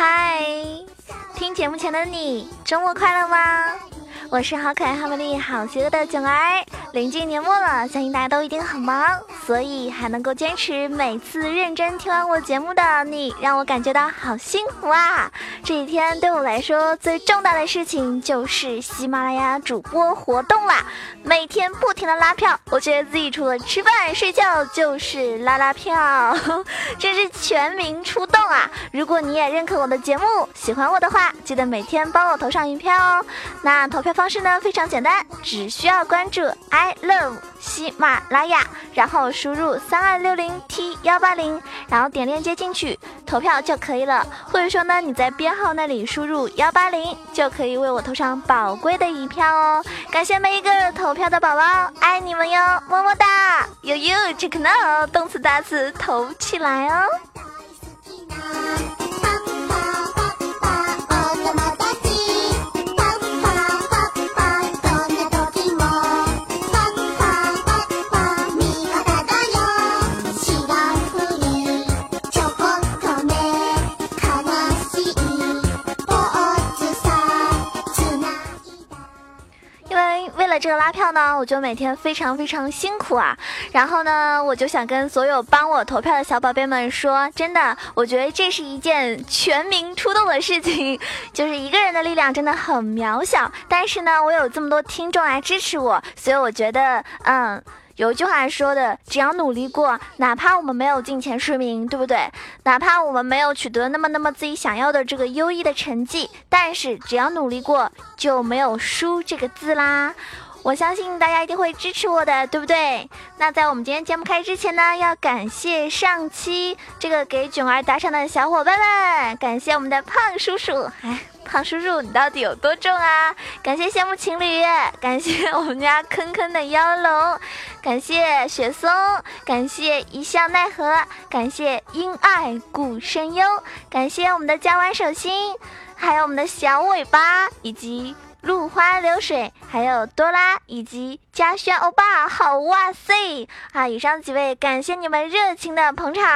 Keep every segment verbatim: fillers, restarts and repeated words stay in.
嗨，听节目前的你，周末快乐吗？我是好可爱好美丽好邪恶的囧儿。临近年末了，相信大家都一定很忙，所以还能够坚持每次认真听完我节目的你，让我感觉到好幸福啊！这几天对我来说最重大的事情就是喜马拉雅主播活动啦，每天不停的拉票，我觉得自己除了吃饭睡觉就是拉拉票，真是全民出动啊！如果你也认可我的节目，喜欢我的话，记得每天帮我投上一票哦。那投票方式呢非常简单，只需要关注 I love 喜马拉雅，然后输入三二六零 T 一八零，然后点链接进去投票就可以了。或者说呢，你在编号那里输入一八零，就可以为我投上宝贵的一票哦。感谢每一个投票的宝宝，爱你们哟，么么哒！悠悠这个呢，动词大词投起来哦。这个拉票呢，我就每天非常非常辛苦啊，然后呢，我就想跟所有帮我投票的小宝贝们说，真的，我觉得这是一件全民出动的事情，就是一个人的力量真的很渺小，但是呢，我有这么多听众来支持我，所以我觉得，嗯。有一句话说的，只要努力过，哪怕我们没有进前十名，对不对？哪怕我们没有取得那么那么自己想要的这个优异的成绩，但是只要努力过，就没有输这个字啦。我相信大家一定会支持我的，对不对？那在我们今天节目开始之前呢，要感谢上期这个给囧儿打赏的小伙伴们，感谢我们的胖叔叔，哎。胖叔叔，你到底有多重啊？感谢羡慕情侣，感谢我们家坑坑的妖龙，感谢雪松，感谢一笑奈何，感谢因爱故深幽，感谢我们的江湾手心，还有我们的小尾巴，以及露花流水，还有多拉以及嘉轩欧巴，好哇塞啊！以上几位，感谢你们热情的捧场。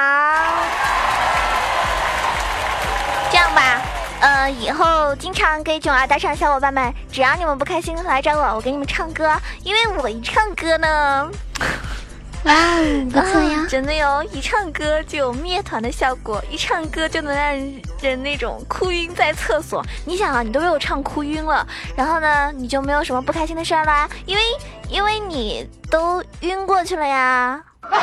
这样吧。呃，以后经常给囧儿打赏小伙伴们，只要你们不开心来找我，我给你们唱歌，因为我一唱歌呢， 哇，不错呀、 啊，真的哟，一唱歌就有灭团的效果，一唱歌就能让人那种哭晕在厕所。你想啊，你都被我唱哭晕了，然后呢，你就没有什么不开心的事儿啦，因为因为你都晕过去了呀。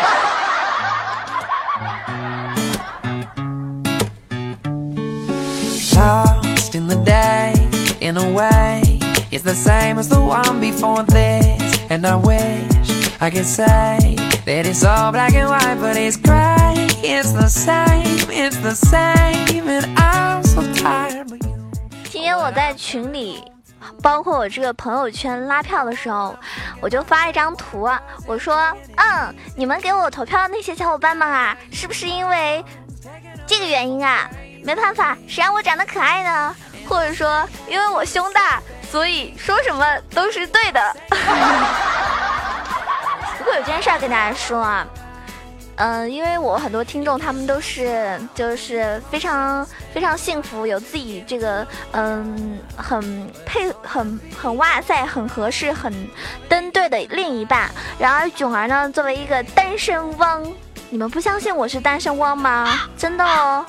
Lost in the day, in a way, it's the same as the one before this. And I wish I could say that it's all black and white, but it's gray. It's the same, it's the same, and I'm so tired. 今天我在群里，包括我这个朋友圈拉票的时候，我就发一张图，我说，嗯，你们给我投票的那些小伙伴们啊，是不是因为这个原因啊？没办法，谁让我长得可爱呢？或者说，因为我胸大，所以说什么都是对的。不过有件事儿跟大家说啊，嗯、呃，因为我很多听众他们都是就是非常非常幸福，有自己这个嗯很配很很哇塞很合适很登对的另一半。然而囧儿呢，作为一个单身汪，你们不相信我是单身汪吗？真的哦。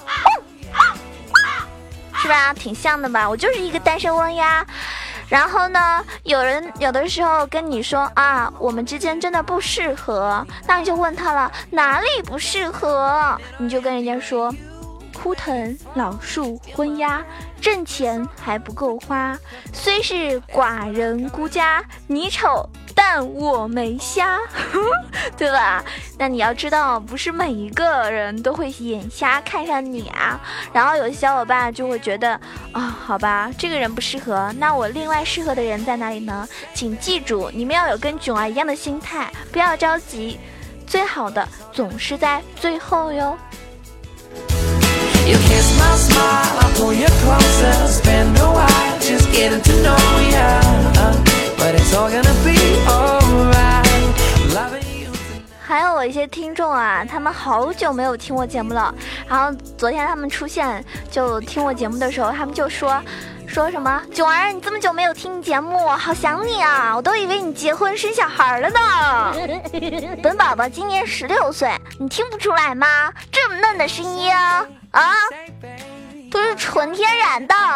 是吧，挺像的吧，我就是一个单身汪呀。然后呢，有人有的时候跟你说啊，我们之间真的不适合，那你就问他了，哪里不适合？你就跟人家说，枯藤老树昏鸦，挣钱还不够花，虽是寡人孤家，你丑但我没瞎，对吧？那你要知道，不是每一个人都会眼瞎看上你啊。然后有些小伙伴就会觉得啊、哦，好吧，这个人不适合，那我另外适合的人在哪里呢？请记住，你们要有跟囧儿一样的心态，不要着急，最好的总是在最后哟。 You kiss my smile, I pull you closer, spend a while just getting to know ya, but it's all gonna be alright. Loving you tonight. 还有我有一些听众啊，他们好久没有听我节目了，然后昨天他们出现就听我节目的时候，他们就说说什么囧儿你这么久没有听你节目，好想你啊，我都以为你结婚生小孩了呢。本宝宝今年十六岁，你听不出来吗？这么嫩的声音啊，啊都是纯天然的。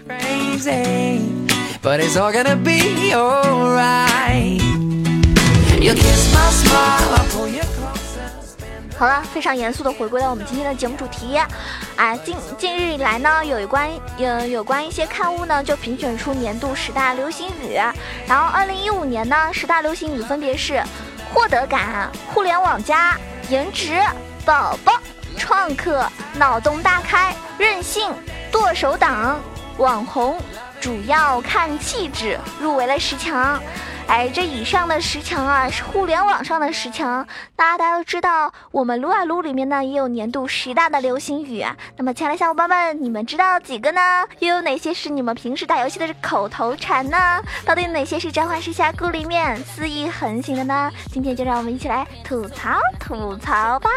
But it's all gonna be alright. You kiss my smile, I'll pull you closer. 好了，非常严肃的回归到我们今天的节目主题。哎，近近日以来呢，有一关有有关一些刊物呢，就评选出年度十大流行语。然后二零一五年呢，十大流行语分别是获得感、互联网加、颜值、宝宝、创客、脑洞大开、任性、剁手党、网红。主要看气质，入围了十强。哎，这以上的十强啊，是互联网上的十强。大家大家都知道，我们撸啊撸里面呢也有年度十大的流行语。那么，亲爱的小伙伴们，你们知道几个呢？又有哪些是你们平时打游戏的口头禅呢？到底哪些是召唤师峡谷里面肆意横行的呢？今天就让我们一起来吐槽吐槽吧。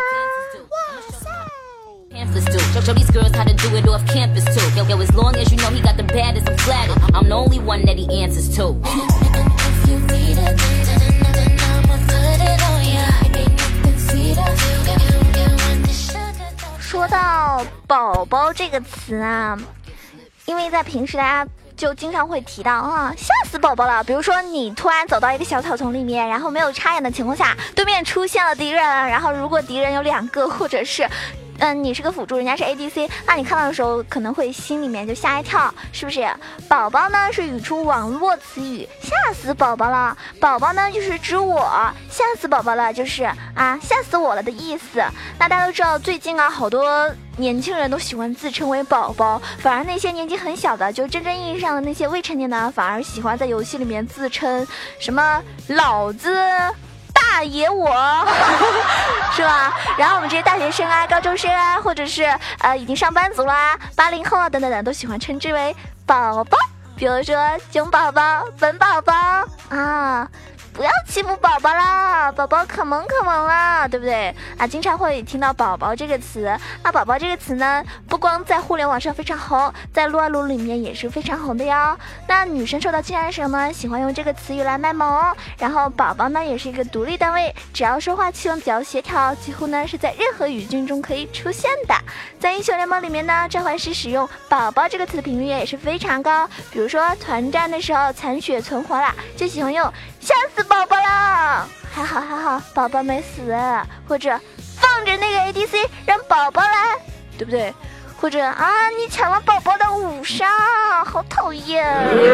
Pamphlets do. Show, show these girls how to do it off campus too. Yo, yo, as long as you know he got the baddest, I'm flattered. I'm the only one that he answers to. If you need it, then I'ma put it on ya. Anything sweeter, you can want the sugar. 说到宝宝这个词啊，因为在平时大家就经常会提到啊，吓死宝宝了。比如说你突然走到一个小草丛里面，然后没有插眼的情况下，对面出现了敌人，然后如果敌人有两个，或者是嗯，你是个辅助，人家是 A D C， 那你看到的时候可能会心里面就吓一跳，是不是？宝宝呢是语出网络词语，吓死宝宝了。宝宝呢就是指我，吓死宝宝了就是啊吓死我了的意思。那大家都知道，最近啊好多年轻人都喜欢自称为宝宝，反而那些年纪很小的，就真正意义上的那些未成年的，反而喜欢在游戏里面自称什么老子大爷我是吧？然后我们这些大学生啊、高中生啊，或者是呃已经上班族啦、八零后啊等等等，都喜欢称之为宝宝。比如说囧宝宝、本宝宝啊，不要欺负宝宝啦，宝宝可萌可萌啦，对不对啊？经常会听到宝宝这个词。那宝宝这个词呢，不光在互联网上非常红，在撸啊撸里面也是非常红的哟。那女生受到侵害的时候呢，喜欢用这个词语来卖萌。然后宝宝呢也是一个独立单位，只要说话气氛比较协调，几乎呢是在任何语境中可以出现的。在英雄联盟里面呢，召唤师使用宝宝这个词的频率也是非常高。比如说团战的时候残血存活了，就喜欢用吓死宝宝了，还好还好宝宝没死，或者放着那个 A D C 让宝宝来，对不对？或者啊你抢了宝宝的五杀，好讨厌。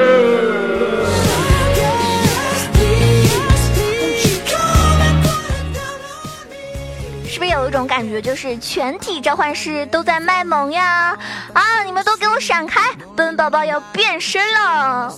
是不是有一种感觉，就是全体召唤师都在卖萌呀？啊，你们都给我闪开，本宝宝要变身了。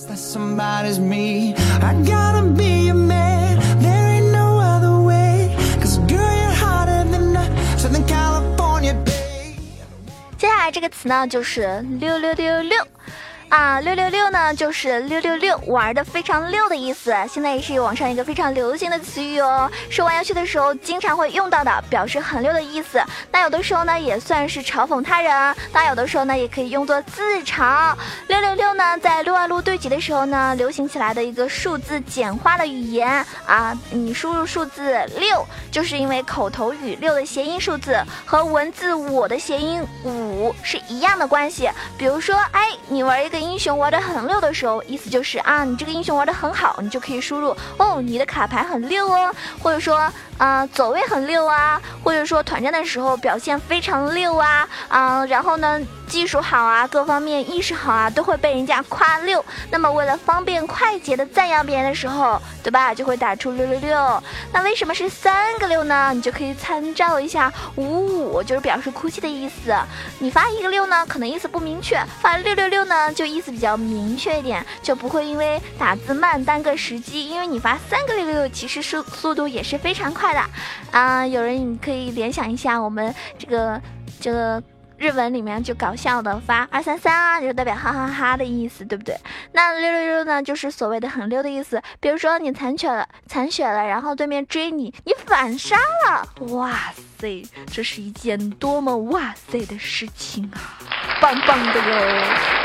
接下来这个词呢，就是六六六六。啊，六六六呢，就是六六六玩的非常溜的意思。现在也是网上一个非常流行的词语哦，是玩游戏的时候经常会用到的，表示很溜的意思。那有的时候呢，也算是嘲讽他人，但有的时候呢，也可以用作自嘲。六六六呢，在撸啊撸对局的时候呢，流行起来的一个数字简化的语言啊，你输入数字六，就是因为口头语六的谐音数字和文字我的谐音五是一样的关系。比如说，哎，你玩一个英雄玩得很溜的时候，意思就是啊，你这个英雄玩得很好，你就可以输入哦，你的卡牌很溜哦，或者说啊、呃、走位很溜啊，或者说团战的时候表现非常溜啊啊、呃，然后呢技术好啊，各方面意识好啊，都会被人家夸溜。那么为了方便快捷的赞扬别人的时候，对吧，就会打出六六六。那为什么是三个六呢？你就可以参照一下五五，就是表示哭泣的意思。你发一个六呢，可能意思不明确；发六六六呢，就意思比较明确一点，就不会因为打字慢耽搁时机。因为你发三个六六六，其实速速度也是非常快的啊、呃。有人你可以联想一下我们这个这个。 日文里面就搞笑的发二三三啊，就代表哈哈哈哈的意思，对不对？那溜溜溜呢，就是所谓的很溜的意思。比如说你残血了，残血了，然后对面追你，你反杀了，哇塞，这是一件多么哇塞的事情啊，棒棒的哟！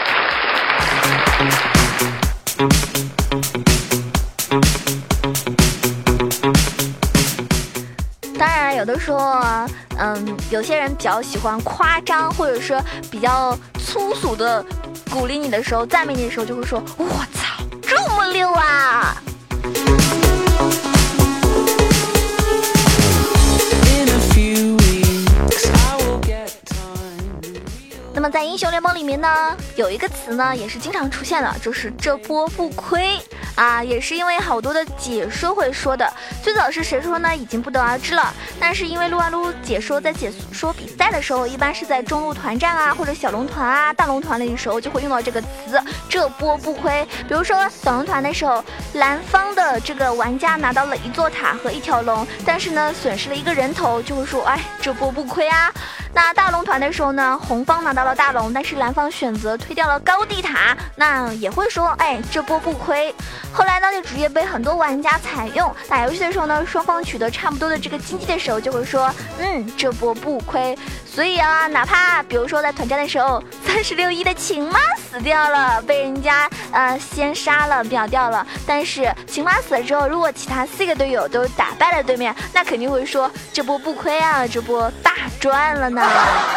当然有的时候嗯，有些人比较喜欢夸张，或者说比较粗俗的鼓励你的时候，赞美你的时候，就会说我操这么溜啊。那么在英雄联盟里面呢，有一个词呢也是经常出现的，就是这波不亏啊，也是因为好多的解说会说的。最早是谁说呢，已经不得而知了。但是因为撸啊撸解说在解说比赛的时候，一般是在中路团战啊，或者小龙团啊、大龙团的时候，就会用到这个词这波不亏。比如说小龙团的时候，蓝方的这个玩家拿到了一座塔和一条龙，但是呢损失了一个人头，就会说哎这波不亏啊。那大龙团的时候呢，红方拿到了大龙，但是蓝方选择推掉了高地塔，那也会说哎这波不亏。后来呢就直接被很多玩家采用，打游戏的时候呢，双方取得差不多的这个经济的时候，就会说嗯这波不亏。所以啊，哪怕比如说在团战的时候，三十六亿的秦妈死掉了，被人家呃先杀了秒掉了，但是秦妈死了之后，如果其他四个队友都打败了对面，那肯定会说这波不亏啊，这波大赚了呢。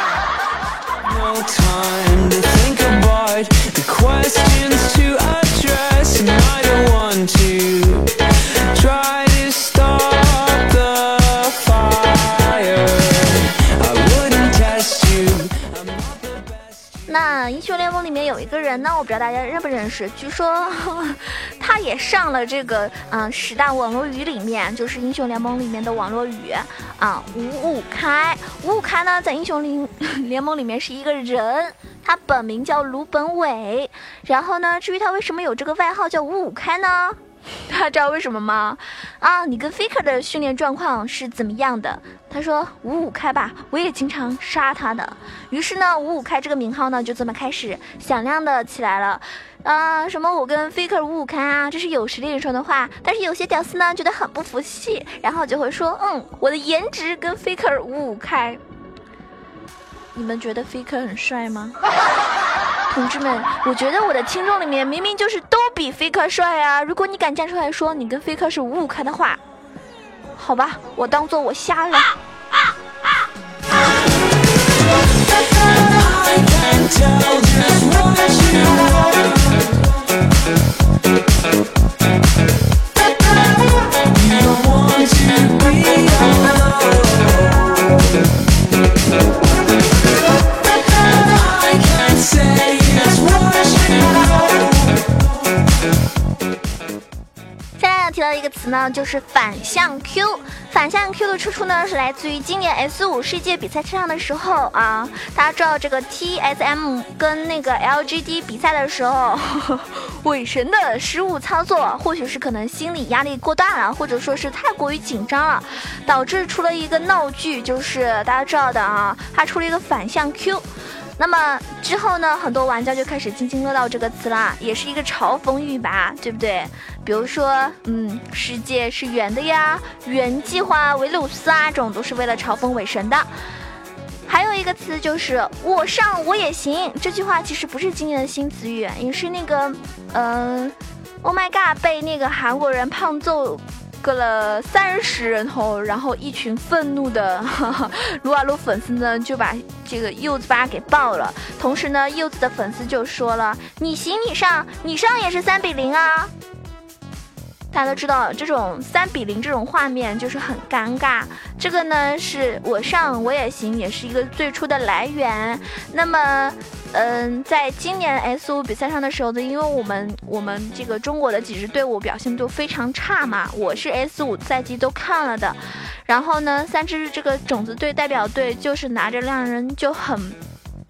No time to think about the questions to address, and I don't want to try to stop the fire. I wouldn't test you. I'm not the best. 那英雄联盟里面有一个人呢，我不知道大家认不认识，据说呵呵他也上了这个嗯、呃、十大网络语里面，就是英雄联盟里面的网络语啊，五五开。五五开呢，在英雄联盟里面是一个人，他本名叫卢本伟。然后呢，至于他为什么有这个外号叫五五开呢？大家知道为什么吗？啊，你跟 Faker 的训练状况是怎么样的？他说五五开吧，我也经常杀他的。于是呢，五五开这个名号呢就这么开始响亮的起来了。啊、呃，什么我跟 Faker 五五开啊，这是有实力人说的话。但是有些屌丝呢觉得很不服气，然后就会说，嗯，我的颜值跟 Faker 五五开。你们觉得 Faker 很帅吗？同志们，我觉得我的听众里面明明就是都比 Faker 帅啊！如果你敢站出来说你跟 Faker 是五五开的话，好吧，我当做我瞎了。提到一个词呢，就是反向 Q。反向 Q 的出处呢，是来自于今年 S 五 世界比赛车上的时候啊。大家知道这个 T S M 跟那个 L G D 比赛的时候，呵呵伪神的失误操作，或许是可能心理压力过大了，或者说是太过于紧张了，导致出了一个闹剧，就是大家知道的啊，他出了一个反向 Q。那么之后呢，很多玩家就开始津津乐道这个词啦，也是一个嘲讽语吧，对不对？比如说，嗯，世界是圆的呀，原计划维鲁斯啊，这种都是为了嘲讽伪神的。还有一个词就是我上我也行，这句话其实不是今年的新词语，也是那个，嗯、呃、，Oh my God， 被那个韩国人胖揍个了三十人头，然后一群愤怒的哈哈撸啊撸粉丝呢就把这个柚子吧给爆了。同时呢，柚子的粉丝就说了：“你行你上，你上也是三比零啊。”大家都知道，这种三比零这种画面就是很尴尬。这个呢，是我上我也行，也是一个最初的来源。那么。嗯，在今年 S 五 比赛上的时候呢，因为我们我们这个中国的几支队伍表现都非常差嘛，我是 S 五 赛季都看了的。然后呢，三支这个种子队代表队就是拿着让人就很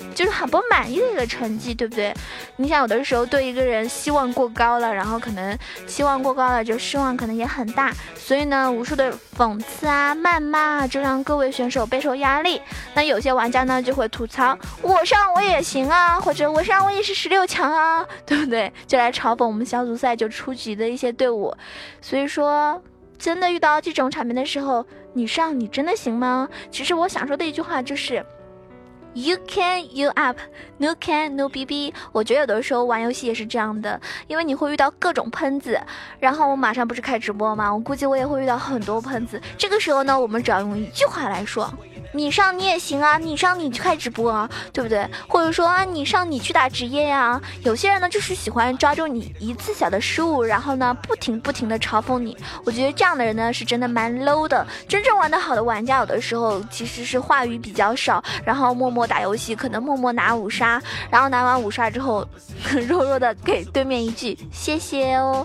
就是很不满意的一个成绩，对不对？你想有的时候对一个人希望过高了，然后可能期望过高了，就失望可能也很大，所以呢无数的讽刺啊谩骂啊，就让各位选手备受压力。那有些玩家呢就会吐槽我上我也行啊，或者我上我也是十六强啊，对不对？就来嘲讽我们小组赛就出局的一些队伍。所以说真的遇到这种场面的时候，你上你真的行吗？其实我想说的一句话就是You can, you up, no can, no B B。 我觉得有的时候玩游戏也是这样的，因为你会遇到各种喷子，然后我马上不是开直播吗？我估计我也会遇到很多喷子。这个时候呢，我们只要用一句话来说，你上你也行啊，你上你去开直播啊，对不对？或者说啊，你上你去打职业呀、啊。有些人呢就是喜欢抓住你一次小的失误，然后呢不停不停的嘲讽你。我觉得这样的人呢是真的蛮 low 的。真正玩得好的玩家有的时候其实是话语比较少，然后默默打游戏，可能默默拿五杀，然后拿完五杀之后弱弱的给对面一句谢谢哦。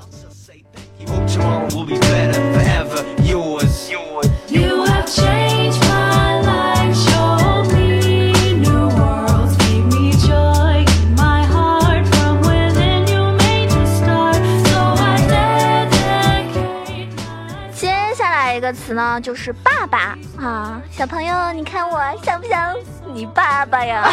You have changed my life, showed me new worlds, gave me joy in my heart. From within you made to start, so I dedicate my... 接下来一个词呢就是爸爸啊，小朋友你看我像不像你爸爸呀？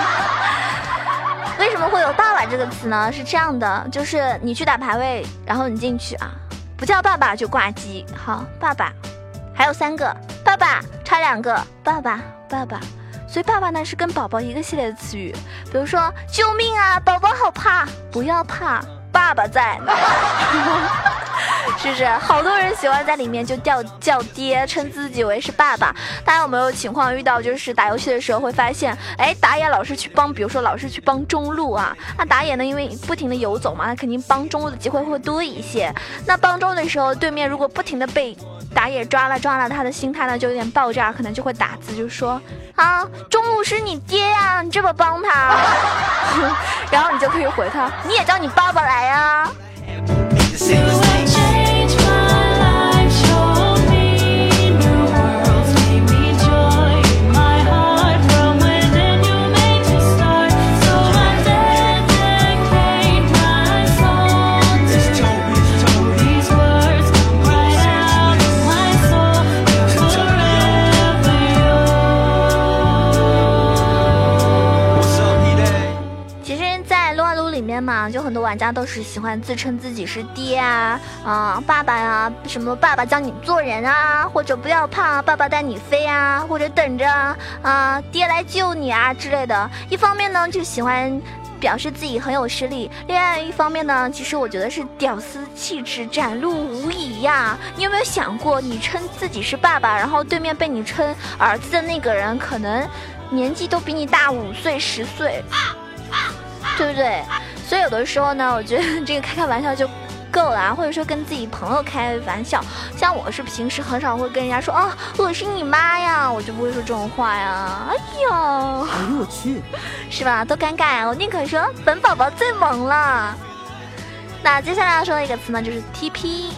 为什么会有爸爸这个词呢？是这样的，就是你去打排位，然后你进去啊，不叫爸爸就挂机。好，爸爸还有三个爸爸，差两个爸爸爸爸，所以爸爸呢是跟宝宝一个系列的词语。比如说救命啊，宝宝好怕，不要怕，爸爸在呢。是不是好多人喜欢在里面就叫叫爹，称自己为是爸爸？大家有没有情况遇到，就是打游戏的时候会发现，哎，打野老是去帮，比如说老是去帮中路啊，那打野呢因为不停的游走嘛，那肯定帮中路的机会会多一些。那帮中的时候，对面如果不停的被打野抓了抓了，他的心态呢就有点爆炸，可能就会打字就说啊，中路是你爹呀、啊，你这么帮他，然后你就可以回他，你也叫你爸爸来呀、啊。嘛，就很多玩家都是喜欢自称自己是爹啊、呃、爸爸呀、啊，什么爸爸教你做人啊，或者不要怕，爸爸带你飞啊，或者等着啊、呃、爹来救你啊之类的。一方面呢就喜欢表示自己很有实力，另外一方面呢其实我觉得是屌丝气质展露无遗呀。你有没有想过，你称自己是爸爸，然后对面被你称儿子的那个人可能年纪都比你大五岁十岁，对不对？所以有的时候呢，我觉得这个开开玩笑就够了啊，或者说跟自己朋友开玩笑。像我是平时很少会跟人家说啊，我是你妈呀，我就不会说这种话呀。哎呦， 哎呦我去， 是吧？多尴尬呀！我宁可说本宝宝最萌了。那接下来要说的一个词呢，就是 T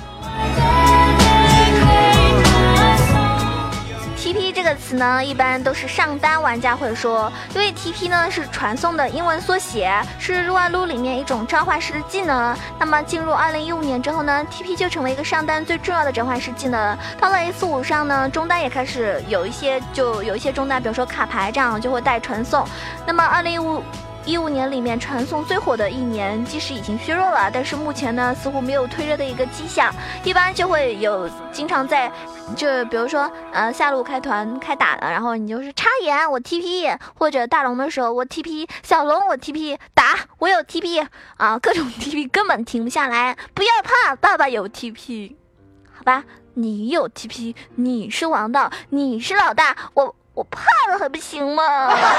P。T P 这个词呢，一般都是上单玩家会说，因为 T P 呢是传送的英文缩写，是撸啊撸里面一种召唤师的技能。那么进入二零一五年之后呢 ，T P 就成为一个上单最重要的召唤师技能。到了 S 五 上呢，中单也开始有一些，就有一些中单，比如说卡牌这样就会带传送。那么二零一五。一五年里面传送最火的一年，即使已经削弱了，但是目前呢似乎没有推热的一个迹象。一般就会有经常在，就比如说呃下路开团开打了，然后你就是插眼我 T P， 或者大龙的时候我 T P， 小龙我 T P， 打我有 T P 啊，各种 T P 根本停不下来。不要怕，爸爸有 T P， 好吧，你有 T P， 你是王道，你是老大，我我怕了还不行吗？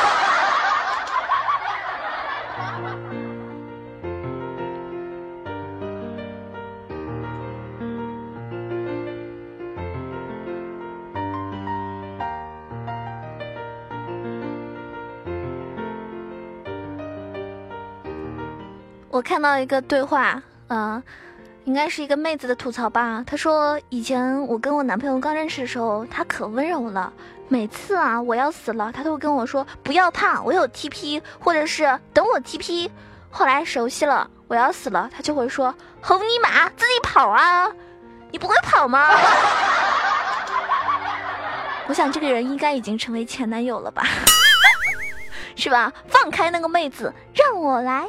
我看到一个对话，嗯、呃，应该是一个妹子的吐槽吧。她说以前我跟我男朋友刚认识的时候，他可温柔了， 每次啊我要死了，他都会跟我说不要怕，我有 T P， 或者是等我 T P。 后来熟悉了，我要死了，他就会说猴尼玛自己跑啊，你不会跑吗？我想这个人应该已经成为前男友了吧。是吧？放开那个妹子，让我来。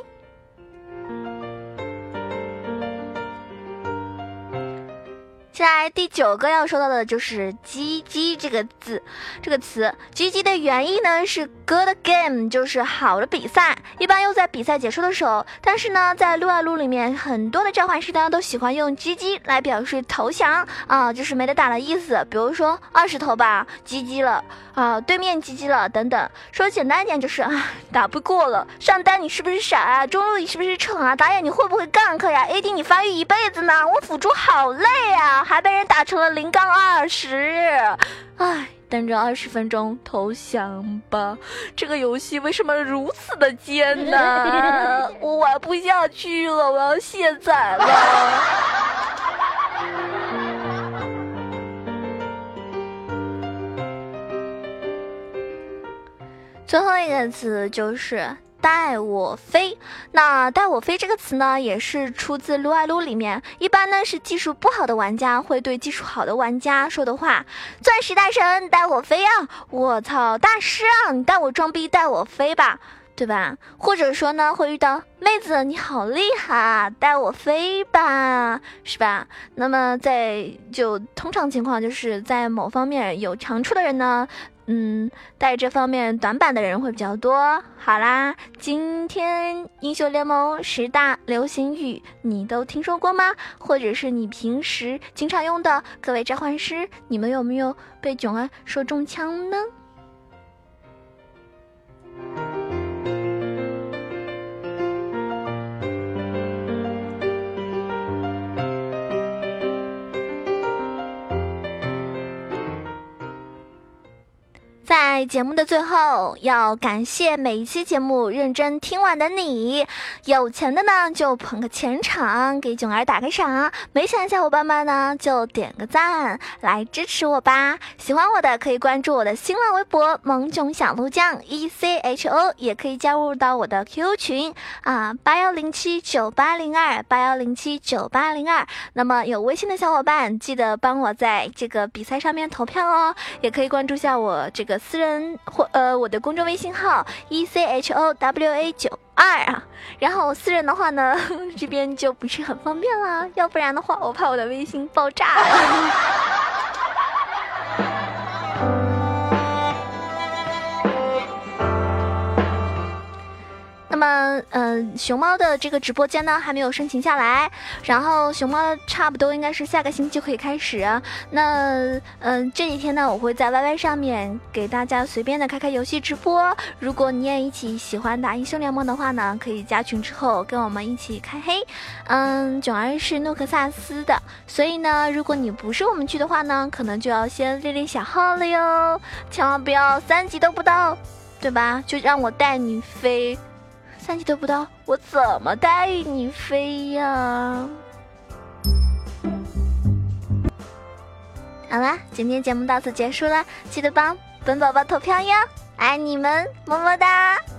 接下来第九个要说到的就是鸡鸡这个字，这个词。鸡鸡的原意呢是 good game， 就是好的比赛，一般用在比赛结束的时候。但是呢，在撸啊撸里面，很多的召唤师大家都喜欢用鸡鸡来表示投降啊，就是没得打的意思。比如说二十头吧，鸡鸡了啊，对面鸡鸡了等等。说简单一点就是啊，打不过了。上单你是不是傻啊？中路你是不是蠢啊？打野你会不会 gank 呀 ？A D 你发育一辈子呢，我辅助好累啊，还被人打成了零杠二十，唉，等着二十分钟投降吧。这个游戏为什么如此的艰难？我玩不下去了，我要卸载了。最后一个词就是带我飞。那带我飞这个词呢，也是出自撸啊撸里面，一般呢是技术不好的玩家会对技术好的玩家说的话。钻石大神带我飞啊，我操大师啊，你带我装逼带我飞吧，对吧？或者说呢会遇到妹子你好厉害啊，带我飞吧，是吧？那么在就通常情况就是在某方面有长处的人呢，嗯，带这方面短板的人会比较多。好啦，今天英雄联盟十大流行语你都听说过吗？或者是你平时经常用的，各位召唤师，你们有没有被囧儿说中枪呢？在节目的最后，要感谢每一期节目认真听完的你。有钱的呢就捧个钱场，给囧儿打个赏；没钱的小伙伴们呢就点个赞来支持我吧。喜欢我的可以关注我的新浪微博萌囧小鹿酱 E C H O， 也可以加入到我的 Q Q 群啊八幺零七九八零二八幺零七九八零二。那么有微信的小伙伴记得帮我在这个比赛上面投票哦，也可以关注下我这个私人或呃我的公众微信号 E C H O W A 九二啊，然后私人的话呢这边就不是很方便啦，要不然的话我怕我的微信爆炸。那么，嗯、呃，熊猫的这个直播间呢还没有申请下来，然后熊猫差不多应该是下个星期就可以开始。那，嗯、呃，这几天呢，我会在 Y Y 上面给大家随便的开开游戏直播。如果你也一起喜欢打英雄联盟的话呢，可以加群之后跟我们一起开黑。嗯，囧儿是诺克萨斯的，所以呢，如果你不是我们区的话呢，可能就要先练练小号了哟，千万不要三级都不到，对吧？就让我带你飞。三级都不到，我怎么带你飞呀？好啦，今天节目到此结束了，记得帮本宝宝投票哟，爱你们，么么哒。